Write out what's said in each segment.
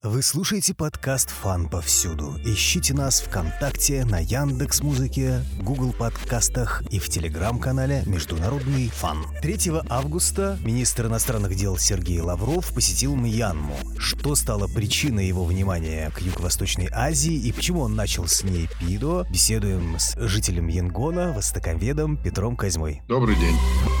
Вы слушаете подкаст «Фан повсюду». Ищите нас ВКонтакте, на Яндекс.Музыке, Google подкастах и в телеграм-канале «Международный фан». 3 августа министр иностранных дел Сергей Лавров посетил Мьянму. Что стало причиной его внимания к Юго-Восточной Азии и почему он начал с ней ПИДО, беседуем с жителем Янгона, востоковедом Петром Козьмой. Добрый день.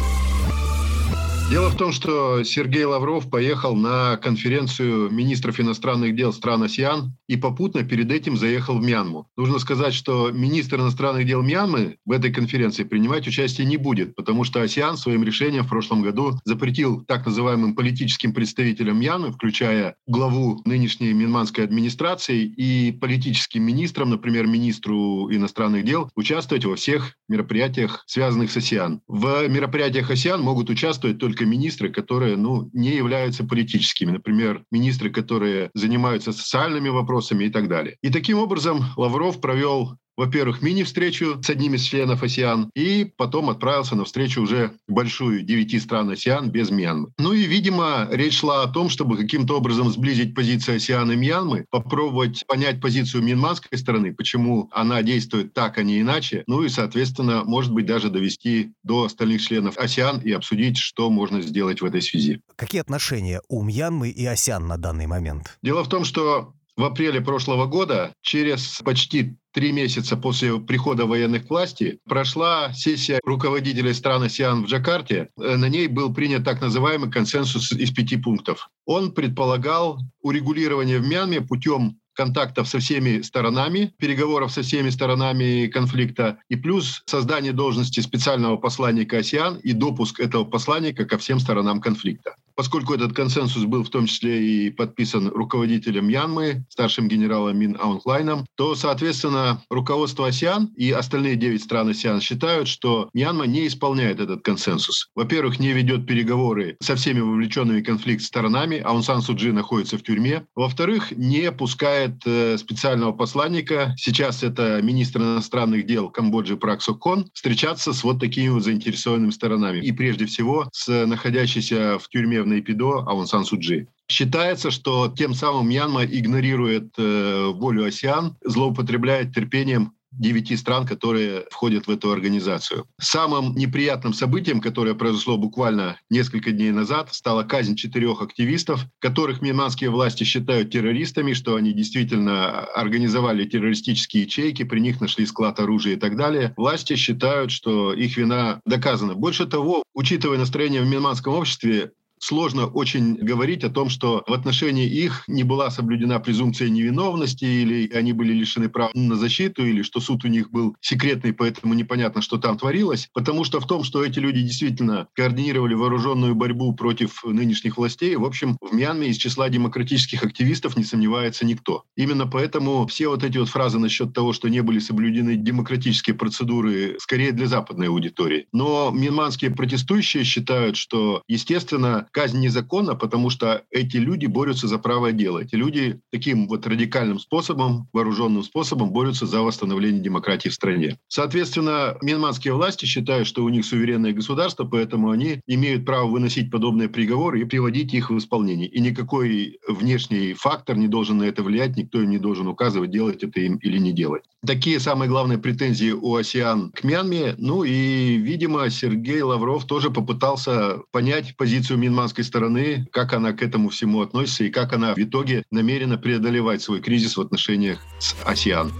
Дело в том, что Сергей Лавров поехал на конференцию министров иностранных дел стран АСЕАН и попутно перед этим заехал в Мьянму. Нужно сказать, что министр иностранных дел Мьянмы в этой конференции принимать участие не будет, потому что АСЕАН своим решением в прошлом году запретил так называемым политическим представителям Мьянмы, включая главу нынешней мьянманской администрации и политическим министрам, например, министру иностранных дел, участвовать во всех мероприятиях, связанных с АСЕАН. В мероприятиях АСЕАН могут участвовать только министры, которые не являются политическими. Например, министры, которые занимаются социальными вопросами и так далее. И таким образом Лавров провел, во-первых, мини-встречу с одним из членов АСЕАН и потом отправился на встречу уже большую 9 стран АСЕАН без Мьянмы. И, видимо, речь шла о том, чтобы каким-то образом сблизить позиции АСЕАН и Мьянмы, попробовать понять позицию мьянманской стороны, почему она действует так, а не иначе, и, соответственно, может быть, даже довести до остальных членов АСЕАН и обсудить, что можно сделать в этой связи. Какие отношения у Мьянмы и АСЕАН на данный момент? Дело в том, что в апреле прошлого года, через почти 3 месяца после прихода военных к власти, прошла сессия руководителей стран АСЕАН в Джакарте. На ней был принят так называемый консенсус из 5 пунктов. Он предполагал урегулирование в Мьянме путем контактов со всеми сторонами, переговоров со всеми сторонами конфликта, и плюс создание должности специального посланника АСЕАН и допуск этого посланника ко всем сторонам конфликта. Поскольку этот консенсус был в том числе и подписан руководителем Мьянмы, старшим генералом Мин Аунг Лайном, то, соответственно, руководство АСЕАН и остальные 9 стран АСЕАН считают, что Мьянма не исполняет этот консенсус. Во-первых, не ведет переговоры со всеми вовлеченными в конфликт сторонами, Аун Сан Су Чжи находится в тюрьме. Во-вторых, не пускает специального посланника, сейчас это министр иностранных дел Камбоджи Прак Сок Кон, встречаться с вот такими вот заинтересованными сторонами. И прежде всего с находящейся в тюрьме в Нейпидо Аун Сан Су Чжи. Считается, что тем самым Мьянма игнорирует волю АСЕАН, злоупотребляет терпением 9 стран, которые входят в эту организацию. Самым неприятным событием, которое произошло буквально несколько дней назад, стала казнь 4 активистов, которых мьянманские власти считают террористами, что они действительно организовали террористические ячейки, при них нашли склад оружия и так далее. Власти считают, что их вина доказана. Больше того, учитывая настроение в мьянманском обществе, сложно очень говорить о том, что в отношении их не была соблюдена презумпция невиновности, или они были лишены права на защиту, или что суд у них был секретный, поэтому непонятно, что там творилось. Потому что в том, что эти люди действительно координировали вооруженную борьбу против нынешних властей, в общем, в Мьянме из числа демократических активистов не сомневается никто. Именно поэтому все вот эти вот фразы насчет того, что не были соблюдены демократические процедуры, скорее для западной аудитории. Но мьянманские протестующие считают, что, естественно, казнь незаконна, потому что эти люди борются за правое дело. Эти люди таким вот радикальным способом, вооруженным способом борются за восстановление демократии в стране. Соответственно, мьянманские власти считают, что у них суверенное государство, поэтому они имеют право выносить подобные приговоры и приводить их в исполнение. И никакой внешний фактор не должен на это влиять, никто им не должен указывать, делать это им или не делать. Такие самые главные претензии у АСЕАН к Мьянме. И, видимо, Сергей Лавров тоже попытался понять позицию мьянманской стороны, как она к этому всему относится и как она в итоге намерена преодолевать свой кризис в отношениях с АСЕАН.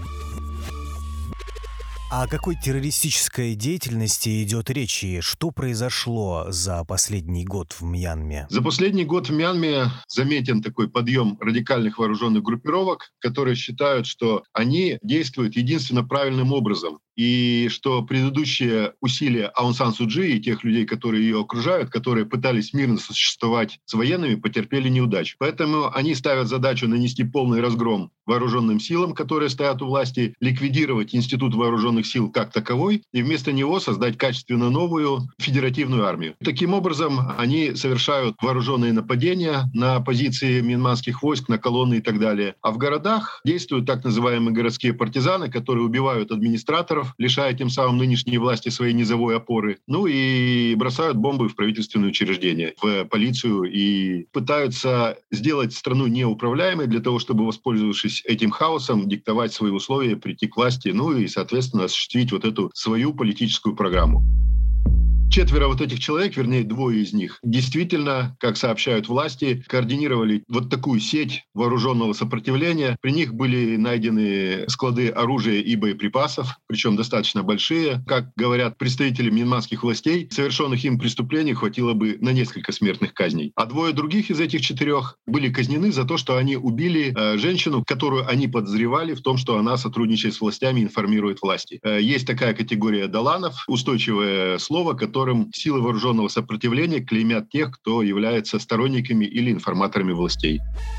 О какой террористической деятельности идет речь и что произошло за последний год в Мьянме? За последний год в Мьянме заметен такой подъем радикальных вооруженных группировок, которые считают, что они действуют единственно правильным образом. И что предыдущие усилия Аун Сан Су Чжи и тех людей, которые ее окружают, которые пытались мирно сосуществовать с военными, потерпели неудачу. Поэтому они ставят задачу нанести полный разгром вооруженным силам, которые стоят у власти, ликвидировать институт вооруженных сил как таковой и вместо него создать качественно новую федеративную армию. Таким образом, они совершают вооруженные нападения на позиции мьянманских войск, на колонны и так далее. А в городах действуют так называемые городские партизаны, которые убивают администраторов, выборов, лишая тем самым нынешней власти своей низовой опоры. Ну и бросают бомбы в правительственные учреждения, в полицию и пытаются сделать страну неуправляемой для того, чтобы, воспользовавшись этим хаосом, диктовать свои условия, прийти к власти, ну и, соответственно, осуществить вот эту свою политическую программу. 4 вот этих человек, вернее, 2 из них, действительно, как сообщают власти, координировали вот такую сеть вооруженного сопротивления. При них были найдены склады оружия и боеприпасов, причем достаточно большие. Как говорят представители мьянмарских властей, совершенных им преступлений хватило бы на несколько смертных казней. А 2 других из этих 4 были казнены за то, что они убили женщину, которую они подозревали в том, что она, сотрудничая с властями, информирует власти. Есть такая категория даланов, устойчивое слово, которым силы вооруженного сопротивления клеймят тех, кто является сторонниками или информаторами властей.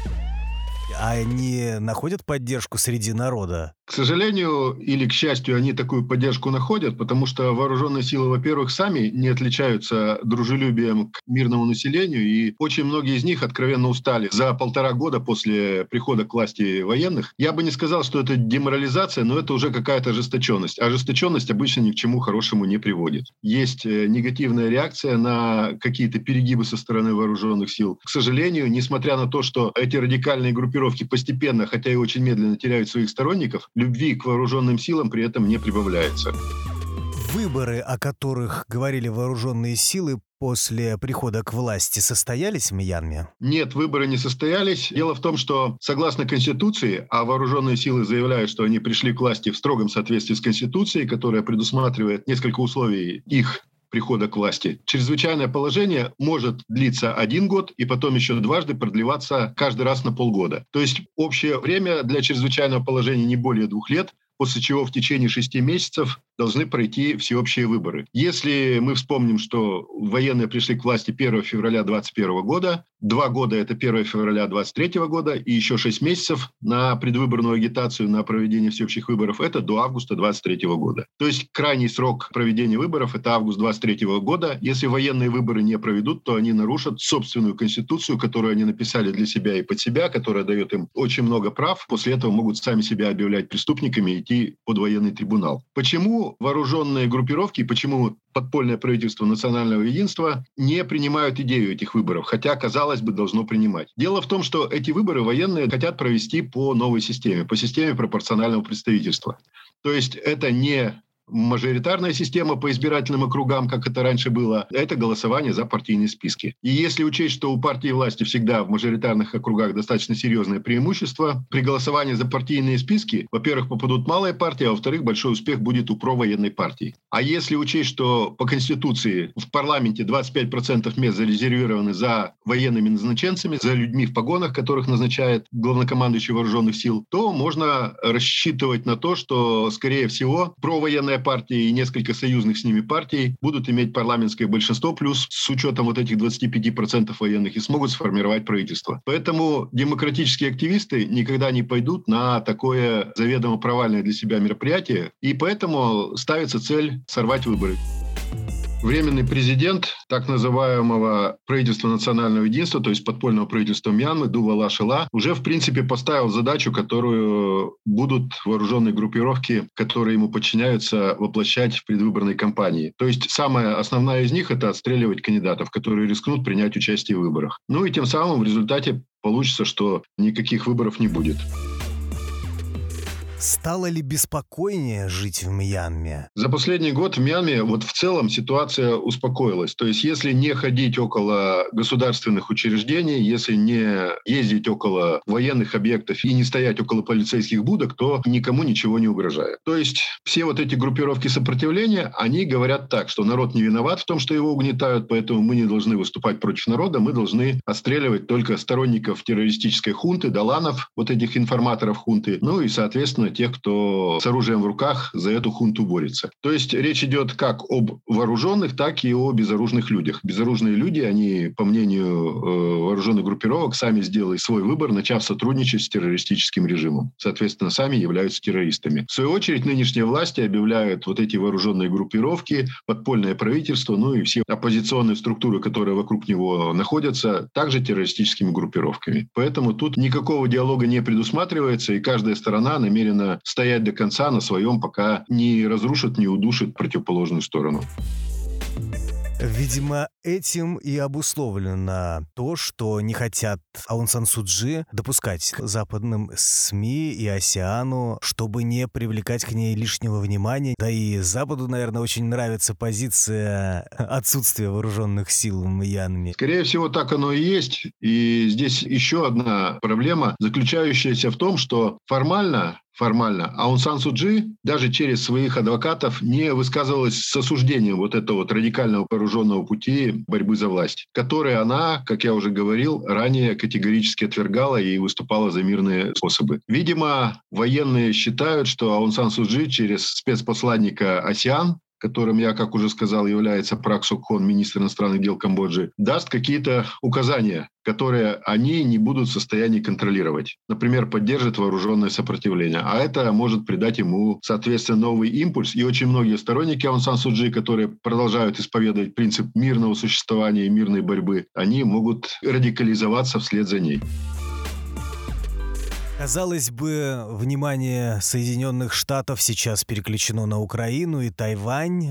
А они находят поддержку среди народа? К сожалению или к счастью, они такую поддержку находят, потому что вооруженные силы, во-первых, сами не отличаются дружелюбием к мирному населению, и очень многие из них откровенно устали за 1,5 года после прихода к власти военных. Я бы не сказал, что это деморализация, но это уже какая-то ожесточенность. Ожесточенность обычно ни к чему хорошему не приводит. Есть негативная реакция на какие-то перегибы со стороны вооруженных сил. К сожалению, несмотря на то, что эти радикальные группировки постепенно, хотя и очень медленно теряют своих сторонников, любви к вооруженным силам при этом не прибавляется. Выборы, о которых говорили вооруженные силы после прихода к власти, состоялись в Мьянме? Нет, выборы не состоялись. Дело в том, что согласно Конституции, а вооруженные силы заявляют, что они пришли к власти в строгом соответствии с Конституцией, которая предусматривает несколько условий их прихода к власти. Чрезвычайное положение может длиться 1 год и потом еще дважды продлеваться каждый раз на полгода. То есть общее время для чрезвычайного положения не более 2 лет, после чего в течение 6 месяцев должны пройти всеобщие выборы. Если мы вспомним, что военные пришли к власти 1 февраля 2021 года, 2 года — это 1 февраля 2023 года, и еще 6 месяцев на предвыборную агитацию, на проведение всеобщих выборов — это до августа 2023 года. То есть крайний срок проведения выборов — это август 2023 года. Если военные выборы не проведут, то они нарушат собственную конституцию, которую они написали для себя и под себя, которая дает им очень много прав. После этого могут сами себя объявлять преступниками и идти под военный трибунал. Почему вооруженные группировки и почему подпольное правительство национального единства не принимают идею этих выборов, хотя, казалось бы, должно принимать? Дело в том, что эти выборы военные хотят провести по новой системе, по системе пропорционального представительства. То есть это не мажоритарная система по избирательным округам, как это раньше было, это голосование за партийные списки. И если учесть, что у партии власти всегда в мажоритарных округах достаточно серьезное преимущество, при голосовании за партийные списки, во-первых, попадут малые партии, а во-вторых, большой успех будет у провоенной партии. А если учесть, что по Конституции в парламенте 25% мест зарезервированы за военными назначенцами, за людьми в погонах, которых назначает главнокомандующий вооруженных сил, то можно рассчитывать на то, что, скорее всего, провоенная партии и несколько союзных с ними партий будут иметь парламентское большинство, плюс с учетом вот этих 25% военных, и смогут сформировать правительство. Поэтому демократические активисты никогда не пойдут на такое заведомо провальное для себя мероприятие, и поэтому ставится цель сорвать выборы. Временный президент так называемого правительства национального единства, то есть подпольного правительства Мьянмы, Дува Шила, уже в принципе поставил задачу, которую будут вооруженные группировки, которые ему подчиняются, воплощать в предвыборной кампании. То есть самая основная из них — это отстреливать кандидатов, которые рискнут принять участие в выборах. Ну и тем самым в результате получится, что никаких выборов не будет. Стало ли беспокойнее жить в Мьянме? За последний год в Мьянме в целом ситуация успокоилась. То есть если не ходить около государственных учреждений, если не ездить около военных объектов и не стоять около полицейских будок, то никому ничего не угрожает. То есть все эти группировки сопротивления, они говорят так, что народ не виноват в том, что его угнетают, поэтому мы не должны выступать против народа, мы должны отстреливать только сторонников террористической хунты, даланов, этих информаторов хунты, ну и, соответственно, тех, кто с оружием в руках за эту хунту борется. То есть речь идет как об вооруженных, так и о безоружных людях. Безоружные люди, они, по мнению вооруженных группировок, сами сделали свой выбор, начав сотрудничать с террористическим режимом. Соответственно, сами являются террористами. В свою очередь, нынешние власти объявляют эти вооруженные группировки, подпольное правительство, ну и все оппозиционные структуры, которые вокруг него находятся, также террористическими группировками. Поэтому тут никакого диалога не предусматривается, и каждая сторона намерена именно стоять до конца на своем, пока не разрушат, не удушат противоположную сторону. Видимо, этим и обусловлено то, что не хотят Аун Сан Су Чжи допускать к западным СМИ и Асиану, чтобы не привлекать к ней лишнего внимания. Да и Западу, наверное, очень нравится позиция отсутствия вооруженных сил в Мьянме. Скорее всего, так оно и есть. И здесь еще одна проблема, заключающаяся в том, что формально Аун Сан Су Чжи даже через своих адвокатов не высказывалась с осуждением вот этого вот радикального вооруженного пути борьбы за власть, который она, как я уже говорил, ранее категорически отвергала и выступала за мирные способы. Видимо, военные считают, что Аун Сан Су Чжи через спецпосланника АСЕАН, которым я, как уже сказал, является Прак Сок Хон, министр иностранных дел Камбоджи, даст какие-то указания, которые они не будут в состоянии контролировать. Например, поддержит вооруженное сопротивление. А это может придать ему, соответственно, новый импульс. И очень многие сторонники Аун Сан Су Чжи, которые продолжают исповедовать принцип мирного существования и мирной борьбы, они могут радикализоваться вслед за ней. Казалось бы, внимание Соединенных Штатов сейчас переключено на Украину и Тайвань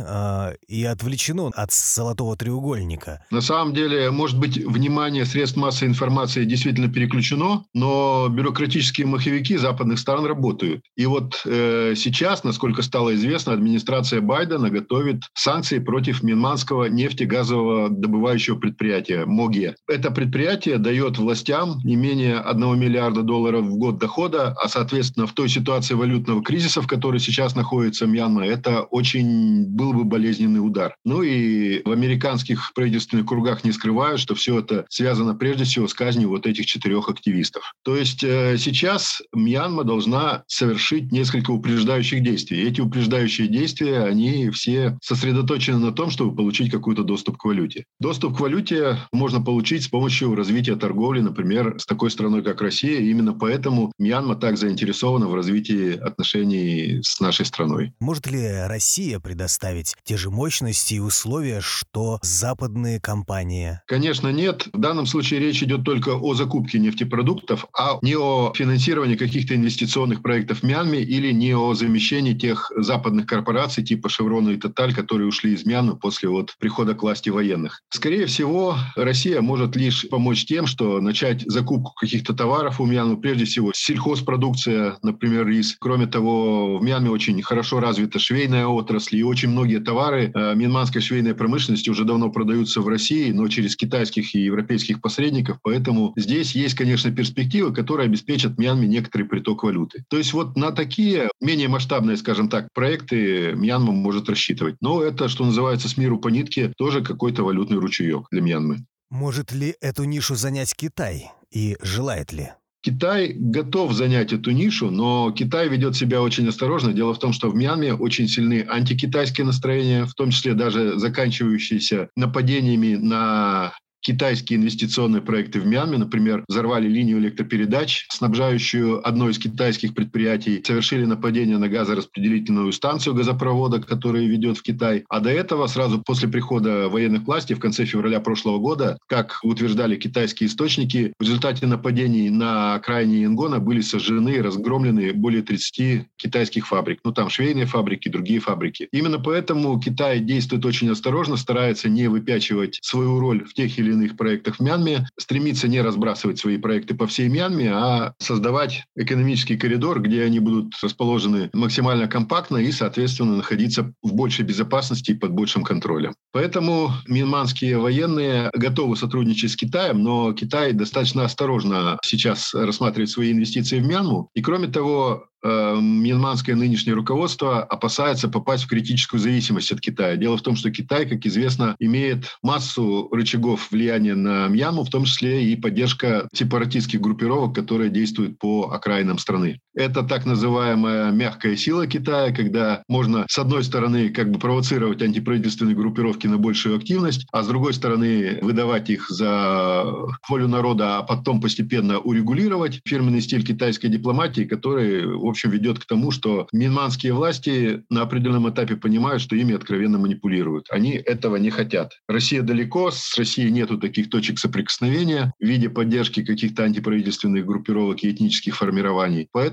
и отвлечено от Золотого треугольника. На самом деле, может быть, внимание средств массовой информации действительно переключено, но бюрократические маховики западных стран работают. И вот сейчас, насколько стало известно, администрация Байдена готовит санкции против мьянманского нефтегазового добывающего предприятия МОГЕ. Это предприятие дает властям не менее $1 миллиарда в год дохода, а, соответственно, в той ситуации валютного кризиса, в которой сейчас находится Мьянма, это очень был бы болезненный удар. Ну и в американских правительственных кругах не скрывают, что все это связано прежде всего с казнью вот этих 4 активистов. То есть сейчас Мьянма должна совершить несколько упреждающих действий. И эти упреждающие действия, они все сосредоточены на том, чтобы получить какой-то доступ к валюте. Доступ к валюте можно получить с помощью развития торговли, например, с такой страной, как Россия. И именно поэтому Мьянма так заинтересована в развитии отношений с нашей страной. Может ли Россия предоставить те же мощности и условия, что западные компании? Конечно, нет. В данном случае речь идет только о закупке нефтепродуктов, а не о финансировании каких-то инвестиционных проектов в Мьянме или не о замещении тех западных корпораций типа Шеврона и Тоталь, которые ушли из Мьянмы после прихода к власти военных. Скорее всего, Россия может лишь помочь тем, что начать закупку каких-то товаров у Мьянмы, прежде всего сельхозпродукция, например, рис. Кроме того, в Мьянме очень хорошо развита швейная отрасль, и очень многие товары мьянманской швейной промышленности уже давно продаются в России, но через китайских и европейских посредников, поэтому здесь есть, конечно, перспективы, которые обеспечат Мьянме некоторый приток валюты. То есть вот на такие менее масштабные, скажем так, проекты Мьянма может рассчитывать. Но это, что называется, с миру по нитке, тоже какой-то валютный ручеек для Мьянмы. Может ли эту нишу занять Китай? И желает ли? Китай готов занять эту нишу, но Китай ведет себя очень осторожно. Дело в том, что в Мьянме очень сильны антикитайские настроения, в том числе даже заканчивающиеся нападениями на китайские инвестиционные проекты в Мьянме. Например, взорвали линию электропередач, снабжающую одно из китайских предприятий, совершили нападение на газораспределительную станцию газопровода, который ведет в Китай. А до этого, сразу после прихода военных властей в конце февраля прошлого года, как утверждали китайские источники, в результате нападений на окраине Янгона были сожжены и разгромлены более 30 китайских фабрик. Ну, там швейные фабрики, другие фабрики. Именно поэтому Китай действует очень осторожно, старается не выпячивать свою роль в тех или иных проектах в Мьянме, стремится не разбрасывать свои проекты по всей Мьянме, а создавать экономический коридор, где они будут расположены максимально компактно и, соответственно, находиться в большей безопасности и под большим контролем. Поэтому мьянманские военные готовы сотрудничать с Китаем, но Китай достаточно осторожно сейчас рассматривает свои инвестиции в Мьянму. И, кроме того, мьянманское нынешнее руководство опасается попасть в критическую зависимость от Китая. Дело в том, что Китай, как известно, имеет массу рычагов влияния на Мьянму, в том числе и поддержка сепаратистских группировок, которые действуют по окраинам страны. Это так называемая мягкая сила Китая, когда можно, с одной стороны, как бы провоцировать антиправительственные группировки на большую активность, а с другой стороны, выдавать их за волю народа, а потом постепенно урегулировать. Фирменный стиль китайской дипломатии, который, в общем, ведет к тому, что мьянманские власти на определенном этапе понимают, что ими откровенно манипулируют. Они этого не хотят. Россия далеко, с Россией нету таких точек соприкосновения в виде поддержки каких-то антиправительственных группировок и этнических формирований. Поэтому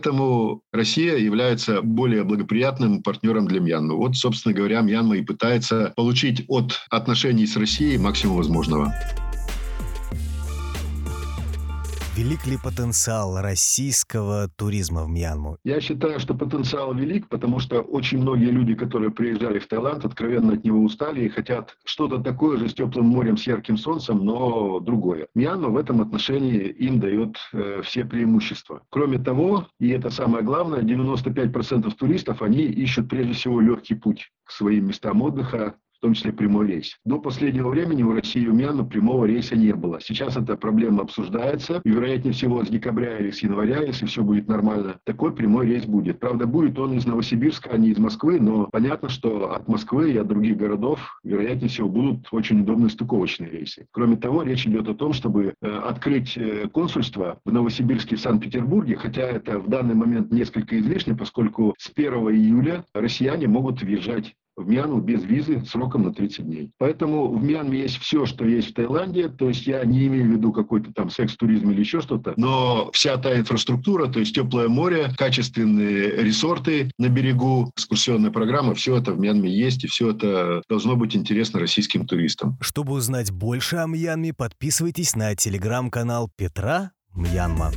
Поэтому Россия является более благоприятным партнером для Мьянмы. Вот, собственно говоря, Мьянма и пытается получить от отношений с Россией максимум возможного. Велик ли потенциал российского туризма в Мьянму? Я считаю, что потенциал велик, потому что очень многие люди, которые приезжали в Таиланд, откровенно от него устали и хотят что-то такое же с теплым морем, с ярким солнцем, но другое. Мьянма в этом отношении им дает все преимущества. Кроме того, и это самое главное, 95% туристов, они ищут прежде всего легкий путь к своим местам отдыха, в том числе прямой рейс. До последнего времени у России и у Мьянмы прямого рейса не было. Сейчас эта проблема обсуждается, и, вероятнее всего, с декабря или с января, если все будет нормально, такой прямой рейс будет. Правда, будет он из Новосибирска, а не из Москвы, но понятно, что от Москвы и от других городов, вероятнее всего, будут очень удобные стыковочные рейсы. Кроме того, речь идет о том, чтобы открыть консульство в Новосибирске и в Санкт-Петербурге, хотя это в данный момент несколько излишне, поскольку с 1 июля россияне могут въезжать в Мьянму без визы сроком на 30 дней. Поэтому в Мьянме есть все, что есть в Таиланде. То есть я не имею в виду какой-то там секс-туризм или еще что-то. Но вся та инфраструктура, то есть теплое море, качественные ресорты на берегу, экскурсионная программа, все это в Мьянме есть. И все это должно быть интересно российским туристам. Чтобы узнать больше о Мьянме, подписывайтесь на телеграм-канал Петра Мьянма.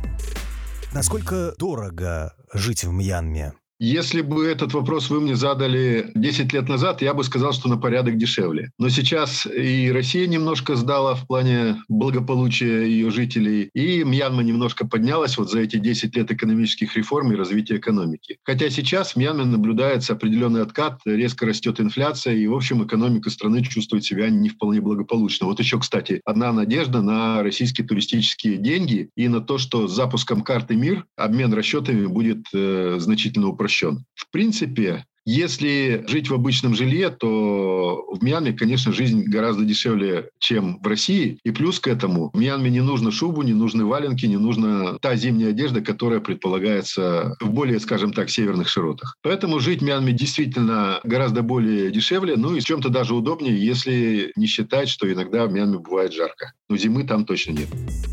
Насколько дорого жить в Мьянме? Если бы этот вопрос вы мне задали 10 лет назад, я бы сказал, что на порядок дешевле. Но сейчас и Россия немножко сдала в плане благополучия ее жителей, и Мьянма немножко поднялась вот за эти 10 лет экономических реформ и развития экономики. Хотя сейчас в Мьянме наблюдается определенный откат, резко растет инфляция, и, в общем, экономика страны чувствует себя не вполне благополучно. Вот еще, кстати, одна надежда на российские туристические деньги и на то, что с запуском карты МИР обмен расчетами будет значительно упрощен. В принципе, если жить в обычном жилье, то в Мьянме, конечно, жизнь гораздо дешевле, чем в России. И плюс к этому в Мьянме не нужно шубу, не нужны валенки, не нужна та зимняя одежда, которая предполагается в более, скажем так, северных широтах. Поэтому жить в Мьянме действительно гораздо более дешевле, ну и в чем-то даже удобнее, если не считать, что иногда в Мьянме бывает жарко. Но зимы там точно нет.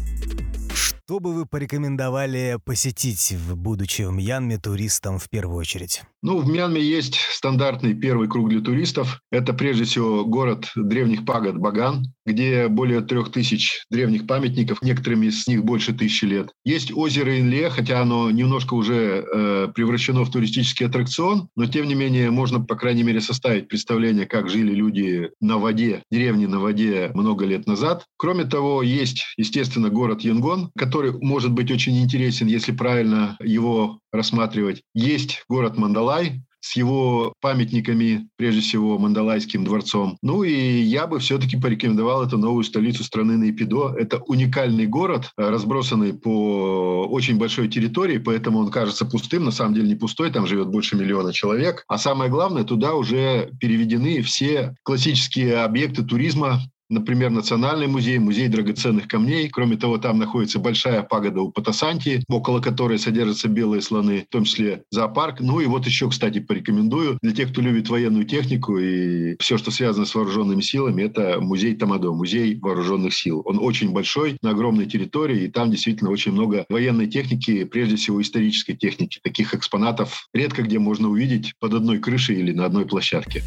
Что бы вы порекомендовали посетить, будучи в Мьянме, туристам в первую очередь? Ну, в Мьянме есть стандартный первый круг для туристов. Это, прежде всего, город древних пагод Баган, где более 3000 древних памятников, некоторыми из них больше 1000 лет. Есть озеро Инле, хотя оно немножко уже превращено в туристический аттракцион, но, тем не менее, можно, по крайней мере, составить представление, как жили люди на воде, деревни на воде много лет назад. Кроме того, есть, естественно, город Янгон, который может быть очень интересен, если правильно его рассматривать. Есть город Мандалай с его памятниками, прежде всего, Мандалайским дворцом. Ну и я бы все-таки порекомендовал эту новую столицу страны Нейпидо. Это уникальный город, разбросанный по очень большой территории, поэтому он кажется пустым. На самом деле не пустой, там живет больше 1 миллиона человек. А самое главное, туда уже переведены все классические объекты туризма, например, Национальный музей, музей драгоценных камней. Кроме того, там находится большая пагода у Патасанти, около которой содержатся белые слоны, в том числе зоопарк. Ну и вот еще, кстати, порекомендую для тех, кто любит военную технику и все, что связано с вооруженными силами, это музей Тамадо, музей вооруженных сил. Он очень большой, на огромной территории, и там действительно очень много военной техники, прежде всего исторической техники. Таких экспонатов редко где можно увидеть под одной крышей или на одной площадке.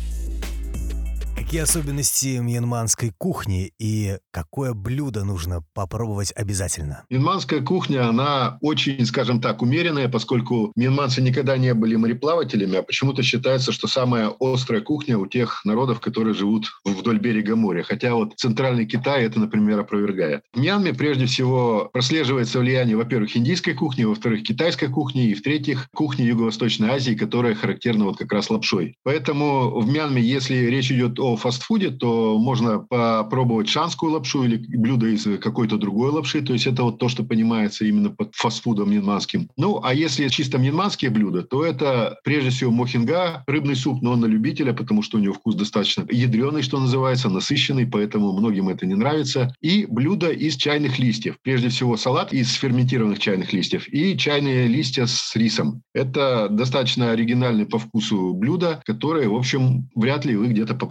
Какие особенности мьянманской кухни и какое блюдо нужно попробовать обязательно? Мьянманская кухня, она очень, скажем так, умеренная, поскольку мьянманцы никогда не были мореплавателями, а почему-то считается, что самая острая кухня у тех народов, которые живут вдоль берега моря. Хотя вот центральный Китай это, например, опровергает. В Мьянме прежде всего прослеживается влияние, во-первых, индийской кухни, во-вторых, китайской кухни, и в-третьих, кухни Юго-Восточной Азии, которая характерна вот как раз лапшой. Поэтому в Мьянме, если речь идет о фастфуде, то можно попробовать шанскую лапшу или блюдо из какой-то другой лапши. То есть это вот то, что понимается именно под фастфудом мьянманским. Ну, а если чисто мьянманские блюда, то это прежде всего мохинга, рыбный суп, но он на любителя, потому что у него вкус достаточно ядреный, что называется, насыщенный, поэтому многим это не нравится. И блюдо из чайных листьев. Прежде всего салат из ферментированных чайных листьев и чайные листья с рисом. Это достаточно оригинальное по вкусу блюдо, которое, в общем, вряд ли вы где-то попробуете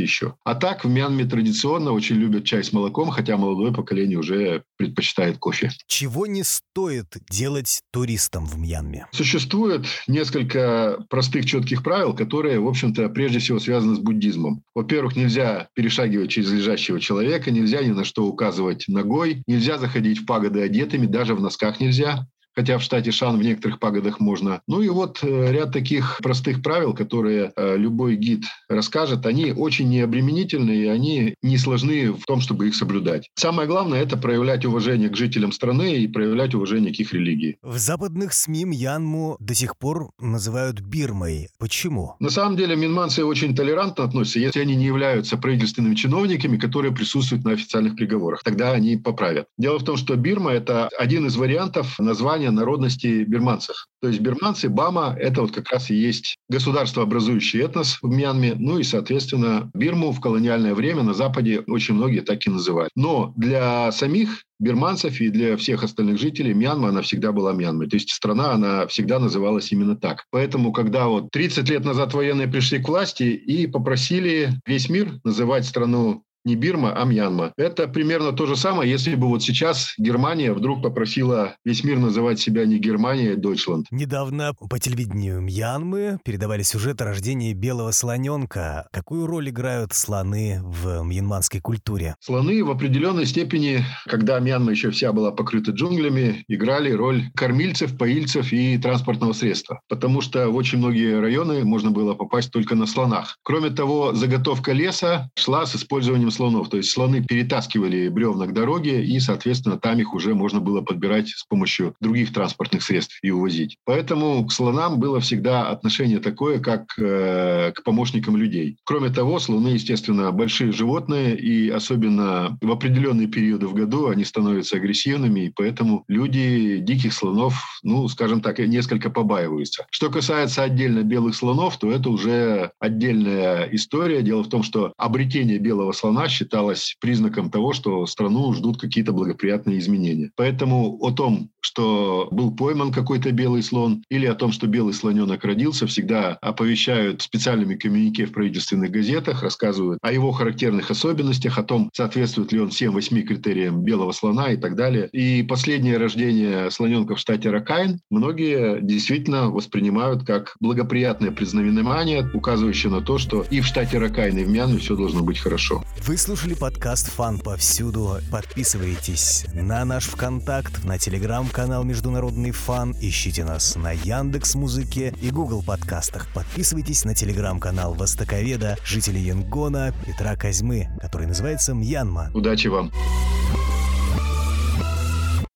еще. А так в Мьянме традиционно очень любят чай с молоком, хотя молодое поколение уже предпочитает кофе. Чего не стоит делать туристам в Мьянме? Существует несколько простых, четких правил, которые, в общем-то, прежде всего связаны с буддизмом. Во-первых, нельзя перешагивать через лежащего человека, нельзя ни на что указывать ногой, нельзя заходить в пагоды одетыми, даже в носках нельзя. Хотя в штате Шан в некоторых пагодах можно. Ну и вот ряд таких простых правил, которые любой гид расскажет, они очень необременительны, и они не сложны в том, чтобы их соблюдать. Самое главное – это проявлять уважение к жителям страны и проявлять уважение к их религии. В западных СМИ Мьянму до сих пор называют Бирмой. Почему? На самом деле мьянманцы очень толерантно относятся, если они не являются правительственными чиновниками, которые присутствуют на официальных приговорах. Тогда они поправят. Дело в том, что Бирма – это один из вариантов названия народности бирманцев. То есть бирманцы, Бама – это вот как раз и есть государствообразующий этнос в Мьянме. Ну и, соответственно, Бирму в колониальное время на Западе очень многие так и называют. Но для самих бирманцев и для всех остальных жителей Мьянма, она всегда была Мьянмой. То есть страна, она всегда называлась именно так. Поэтому, когда вот 30 лет назад военные пришли к власти и попросили весь мир называть страну не Бирма, а Мьянма. Это примерно то же самое, если бы вот сейчас Германия вдруг попросила весь мир называть себя не Германия, а Дойчланд. Недавно по телевидению Мьянмы передавали сюжет о рождении белого слоненка. Какую роль играют слоны в мьянманской культуре? Слоны в определенной степени, когда Мьянма еще вся была покрыта джунглями, играли роль кормильцев, поильцев и транспортного средства. Потому что в очень многие районы можно было попасть только на слонах. Кроме того, заготовка леса шла с использованием слонов. То есть слоны перетаскивали бревна к дороге, и, соответственно, там их уже можно было подбирать с помощью других транспортных средств и увозить. Поэтому к слонам было всегда отношение такое, как к помощникам людей. Кроме того, слоны, естественно, большие животные, и особенно в определенные периоды в году они становятся агрессивными, и поэтому люди диких слонов, ну, скажем так, несколько побаиваются. Что касается отдельно белых слонов, то это уже отдельная история. Дело в том, что обретение белого слона считалось признаком того, что страну ждут какие-то благоприятные изменения. Поэтому о том, что был пойман какой-то белый слон, или о том, что белый слоненок родился, всегда оповещают специальными коммюнике в правительственных газетах, рассказывают о его характерных особенностях, о том, соответствует ли он всем 8 критериям белого слона и так далее. И последнее рождение слоненка в штате Ракайн многие действительно воспринимают как благоприятное предзнаменование, указывающее на то, что и в штате Ракайн, и в Мьянме все должно быть хорошо. Вы слушали подкаст «Фан повсюду». Подписывайтесь на наш ВКонтакт, на телеграм-канал «Международный фан». Ищите нас на Яндекс.Музыке и Google подкастах. Подписывайтесь на телеграм-канал востоковеда, жителей Янгона Петра Козьмы, который называется «Мьянма». Удачи вам!